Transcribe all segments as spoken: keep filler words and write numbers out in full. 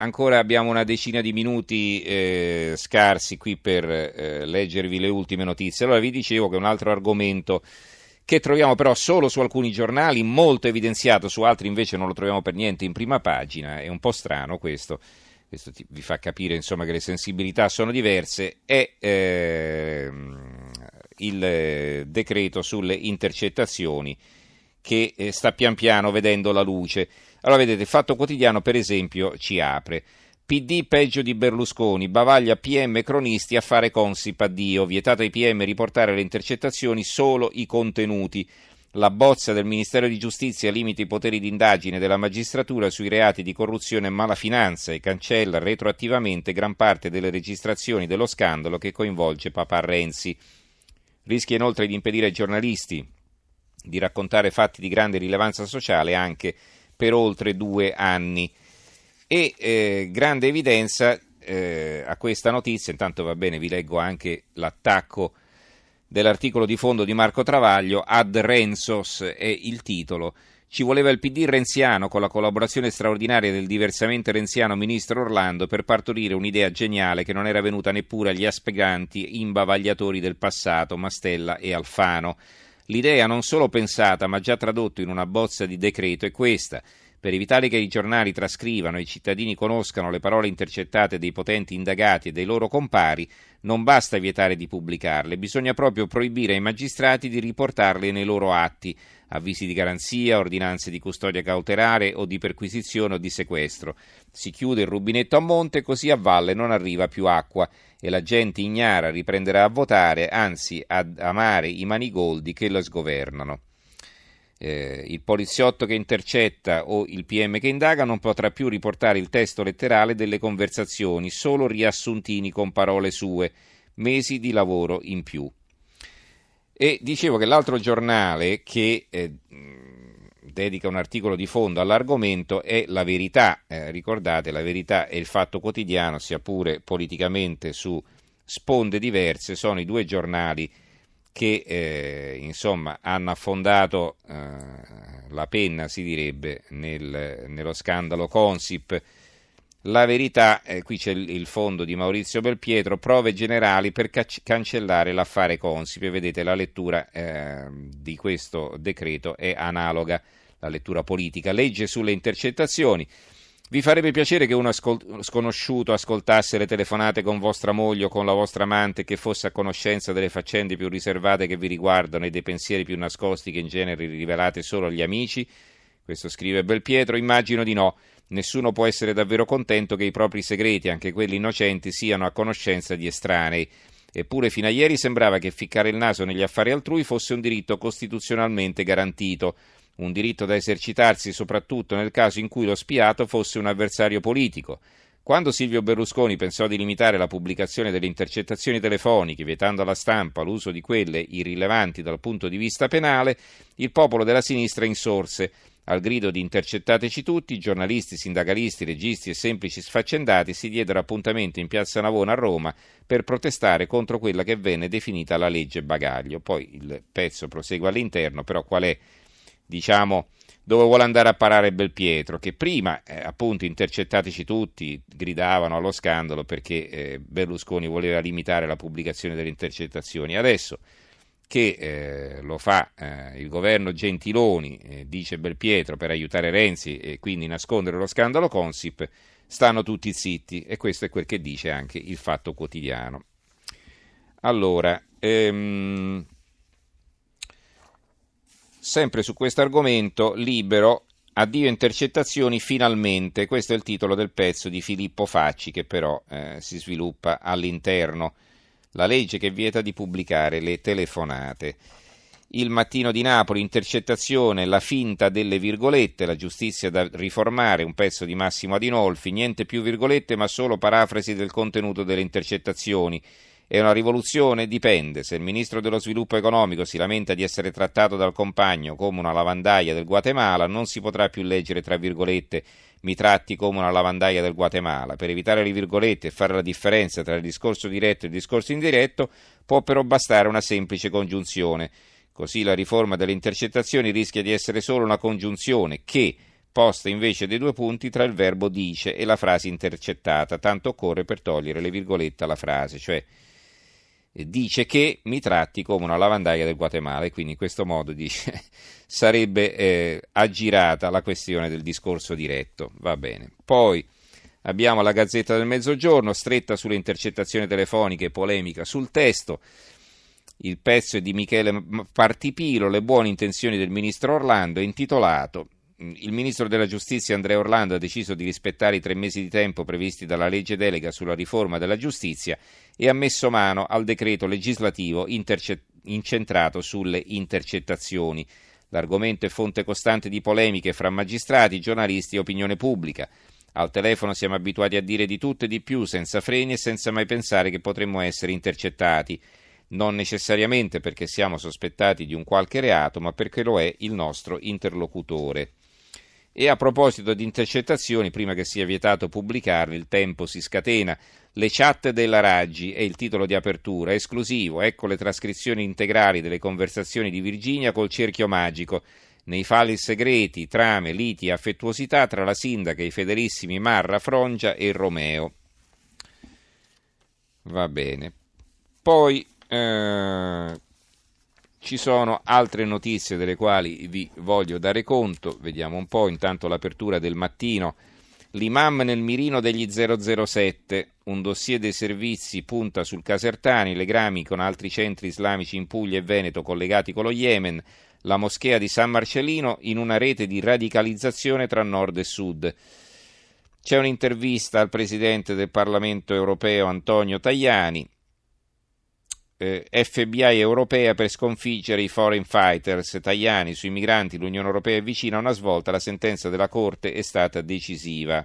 ancora abbiamo una decina di minuti eh, scarsi qui per eh, leggervi le ultime notizie. Allora vi dicevo che un altro argomento che troviamo però solo su alcuni giornali, molto evidenziato, su altri invece non lo troviamo per niente in prima pagina, è un po' strano questo, questo ti, vi fa capire insomma che le sensibilità sono diverse, è eh, il decreto sulle intercettazioni che eh, sta pian piano vedendo la luce. Allora vedete, Fatto Quotidiano per esempio ci apre: P D peggio di Berlusconi, bavaglia P M cronisti a fare Consip addio, vietato ai P M riportare le intercettazioni, solo i contenuti. La bozza del Ministero di Giustizia limita i poteri di indagine della magistratura sui reati di corruzione e malafinanza e cancella retroattivamente gran parte delle registrazioni dello scandalo che coinvolge papà Renzi. Rischia inoltre di impedire ai giornalisti di raccontare fatti di grande rilevanza sociale anche per oltre due anni. E eh, grande evidenza eh, a questa notizia, intanto va bene, vi leggo anche l'attacco dell'articolo di fondo di Marco Travaglio, Ad Renzos è il titolo. Ci voleva il P D renziano con la collaborazione straordinaria del diversamente renziano ministro Orlando per partorire un'idea geniale che non era venuta neppure agli aspiranti imbavagliatori del passato, Mastella e Alfano. L'idea non solo pensata ma già tradotto in una bozza di decreto è questa: per evitare che i giornali trascrivano e i cittadini conoscano le parole intercettate dei potenti indagati e dei loro compari, non basta vietare di pubblicarle, bisogna proprio proibire ai magistrati di riportarle nei loro atti, avvisi di garanzia, ordinanze di custodia cautelare o di perquisizione o di sequestro. Si chiude il rubinetto a monte, così a valle non arriva più acqua e la gente ignara riprenderà a votare, anzi ad amare i manigoldi che la sgovernano. Eh, il poliziotto che intercetta o il P M che indaga non potrà più riportare il testo letterale delle conversazioni, solo riassuntini con parole sue, mesi di lavoro in più. E dicevo che l'altro giornale che eh, dedica un articolo di fondo all'argomento è La Verità. Eh, ricordate, La Verità e il Fatto Quotidiano, sia pure politicamente su sponde diverse, sono i due giornali che eh, insomma hanno affondato eh, la penna, si direbbe, nel, nello scandalo Consip. La Verità, eh, qui c'è il, il fondo di Maurizio Belpietro, prove generali per cac- cancellare l'affare Consip, e vedete la lettura eh, di questo decreto è analoga, la lettura politica. Legge sulle intercettazioni. Vi farebbe piacere che un ascol- sconosciuto ascoltasse le telefonate con vostra moglie o con la vostra amante, che fosse a conoscenza delle faccende più riservate che vi riguardano e dei pensieri più nascosti che in genere rivelate solo agli amici? Questo scrive Belpietro. Immagino di no. Nessuno può essere davvero contento che i propri segreti, anche quelli innocenti, siano a conoscenza di estranei. Eppure fino a ieri sembrava che ficcare il naso negli affari altrui fosse un diritto costituzionalmente garantito. Un diritto da esercitarsi soprattutto nel caso in cui lo spiato fosse un avversario politico. Quando Silvio Berlusconi pensò di limitare la pubblicazione delle intercettazioni telefoniche, vietando alla stampa l'uso di quelle irrilevanti dal punto di vista penale, il popolo della sinistra insorse. Al grido di intercettateci tutti, giornalisti, sindacalisti, registi e semplici sfaccendati si diedero appuntamento in piazza Navona a Roma per protestare contro quella che venne definita la legge bagaglio. Poi il pezzo prosegue all'interno, però qual è, diciamo, dove vuole andare a parare Belpietro, che prima, eh, appunto, intercettateci tutti, gridavano allo scandalo perché eh, Berlusconi voleva limitare la pubblicazione delle intercettazioni. Adesso che eh, lo fa eh, il governo Gentiloni, eh, dice Belpietro, per aiutare Renzi e quindi nascondere lo scandalo Consip, stanno tutti zitti, e questo è quel che dice anche il Fatto Quotidiano. Allora, ehm, sempre su questo argomento, Libero, addio intercettazioni finalmente, questo è il titolo del pezzo di Filippo Facci, che però eh, si sviluppa all'interno. La legge che vieta di pubblicare le telefonate. Il Mattino di Napoli, intercettazione, la finta delle virgolette, la giustizia da riformare, un pezzo di Massimo Adinolfi, niente più virgolette ma solo parafrasi del contenuto delle intercettazioni. È una rivoluzione? Dipende. Se il ministro dello sviluppo economico si lamenta di essere trattato dal compagno come una lavandaia del Guatemala, non si potrà più leggere tra virgolette mi tratti come una lavandaia del Guatemala. Per evitare le virgolette e fare la differenza tra il discorso diretto e il discorso indiretto può però bastare una semplice congiunzione. Così la riforma delle intercettazioni rischia di essere solo una congiunzione che, posta invece dei due punti tra il verbo dice e la frase intercettata, tanto occorre per togliere le virgolette alla frase, cioè dice che mi tratti come una lavandaia del Guatemala, e quindi in questo modo dice sarebbe eh, aggirata la questione del discorso diretto. Va bene. Poi abbiamo la Gazzetta del Mezzogiorno, stretta sulle intercettazioni telefoniche, polemica sul testo. Il pezzo è di Michele Partipilo, le buone intenzioni del ministro Orlando, è intitolato: il ministro della giustizia Andrea Orlando ha deciso di rispettare i tre mesi di tempo previsti dalla legge delega sulla riforma della giustizia e ha messo mano al decreto legislativo interce- incentrato sulle intercettazioni. L'argomento è fonte costante di polemiche fra magistrati, giornalisti e opinione pubblica. Al telefono siamo abituati a dire di tutto e di più, senza freni e senza mai pensare che potremmo essere intercettati. Non necessariamente perché siamo sospettati di un qualche reato, ma perché lo è il nostro interlocutore. E a proposito di intercettazioni, prima che sia vietato pubblicarle, il Tempo si scatena. Le chat della Raggi è il titolo di apertura, esclusivo. Ecco le trascrizioni integrali delle conversazioni di Virginia col cerchio magico. Nei file segreti, trame, liti e affettuosità tra la sindaca e i fedelissimi Marra, Frongia e Romeo. Va bene. Poi eh, ci sono altre notizie delle quali vi voglio dare conto. Vediamo un po', intanto l'apertura del Mattino. L'imam nel mirino degli zero zero sette, un dossier dei servizi punta sul Casertani, legami con altri centri islamici in Puglia e Veneto collegati con lo Yemen, la moschea di San Marcellino in una rete di radicalizzazione tra nord e sud. C'è un'intervista al presidente del Parlamento europeo Antonio Tajani, eh, F B I europea per sconfiggere i foreign fighters. Tajani, sui migranti l'Unione Europea è vicina a una svolta, la sentenza della Corte è stata decisiva.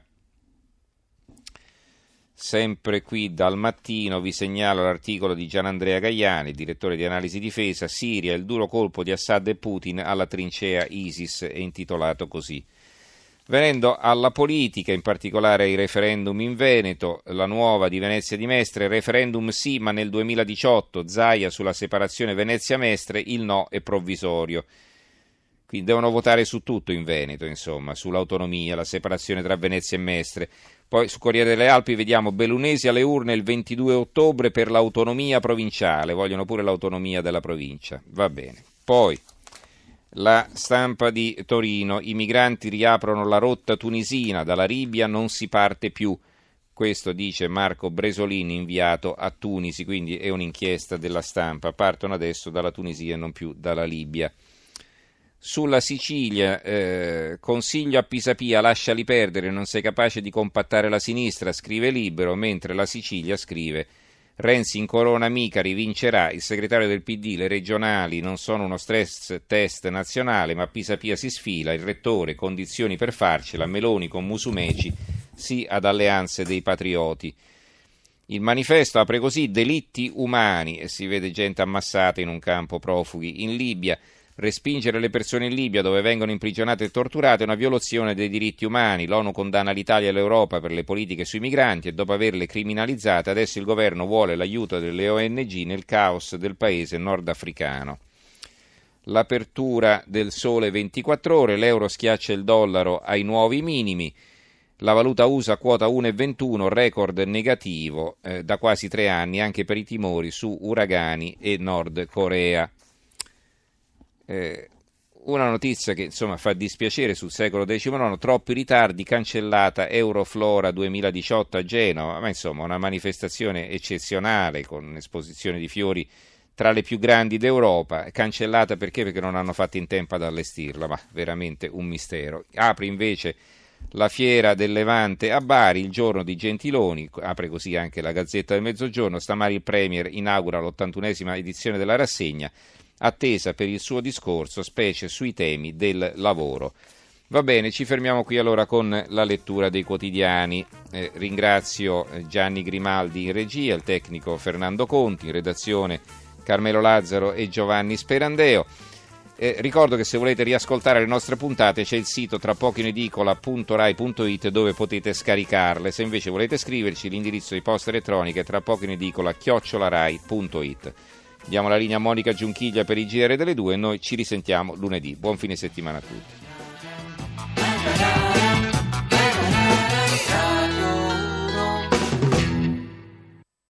Sempre qui dal Mattino vi segnalo l'articolo di Gianandrea Gaiani, direttore di analisi difesa, Siria, il duro colpo di Assad e Putin alla trincea ISIS, è intitolato così. Venendo alla politica, in particolare ai referendum in Veneto, la nuova di Venezia di Mestre, referendum sì ma nel duemiladiciotto, Zaia sulla separazione Venezia-Mestre, il no è provvisorio. Quindi devono votare su tutto in Veneto, insomma, sull'autonomia, la separazione tra Venezia e Mestre. Poi su Corriere delle Alpi vediamo Bellunesi alle urne il ventidue ottobre per l'autonomia provinciale, vogliono pure l'autonomia della provincia, va bene. Poi La Stampa di Torino, i migranti riaprono la rotta tunisina, dalla Libia non si parte più. Questo dice Marco Bresolini, inviato a Tunisi, quindi è un'inchiesta della Stampa, partono adesso dalla Tunisia e non più dalla Libia. Sulla Sicilia, eh, consiglio a Pisapia, lasciali perdere, non sei capace di compattare la sinistra, scrive Libero, mentre la Sicilia scrive Renzi incorona mica, rivincerà, il segretario del P D, le regionali non sono uno stress test nazionale, ma Pisapia si sfila, il rettore, condizioni per farcela, Meloni con Musumeci, sì ad alleanze dei patrioti. Il Manifesto apre così, delitti umani, e si vede gente ammassata in un campo profughi in Libia. Respingere le persone in Libia dove vengono imprigionate e torturate è una violazione dei diritti umani. L'ONU condanna l'Italia e l'Europa per le politiche sui migranti e dopo averle criminalizzate adesso il governo vuole l'aiuto delle O N G nel caos del paese nordafricano. L'apertura del Sole ventiquattro ore, l'euro schiaccia il dollaro ai nuovi minimi. La valuta U S A quota uno virgola ventuno, record negativo eh, da quasi tre anni anche per i timori su uragani e Nord Corea. Eh, una notizia che insomma fa dispiacere sul secolo diciannove, troppi ritardi, cancellata Euroflora duemiladiciotto a Genova, ma insomma una manifestazione eccezionale con un'esposizione di fiori tra le più grandi d'Europa, cancellata perché? Perché non hanno fatto in tempo ad allestirla, ma veramente un mistero. Apre invece la Fiera del Levante a Bari, il giorno di Gentiloni, apre così anche la Gazzetta del Mezzogiorno, stamani il Premier inaugura l'ottantunesima edizione della rassegna, attesa per il suo discorso, specie sui temi del lavoro. Va bene, ci fermiamo qui allora con la lettura dei quotidiani. Eh, ringrazio Gianni Grimaldi in regia, il tecnico Fernando Conti, in redazione Carmelo Lazzaro e Giovanni Sperandeo. Eh, ricordo che se volete riascoltare le nostre puntate c'è il sito tra poco in edicola punto rai punto it dove potete scaricarle. Se invece volete scriverci, l'indirizzo di posta elettronica è tra poco in edicola chiocciola rai punto it. Diamo la linea a Monica Giunchiglia per il G R delle due e noi ci risentiamo lunedì. Buon fine settimana a tutti. Radio.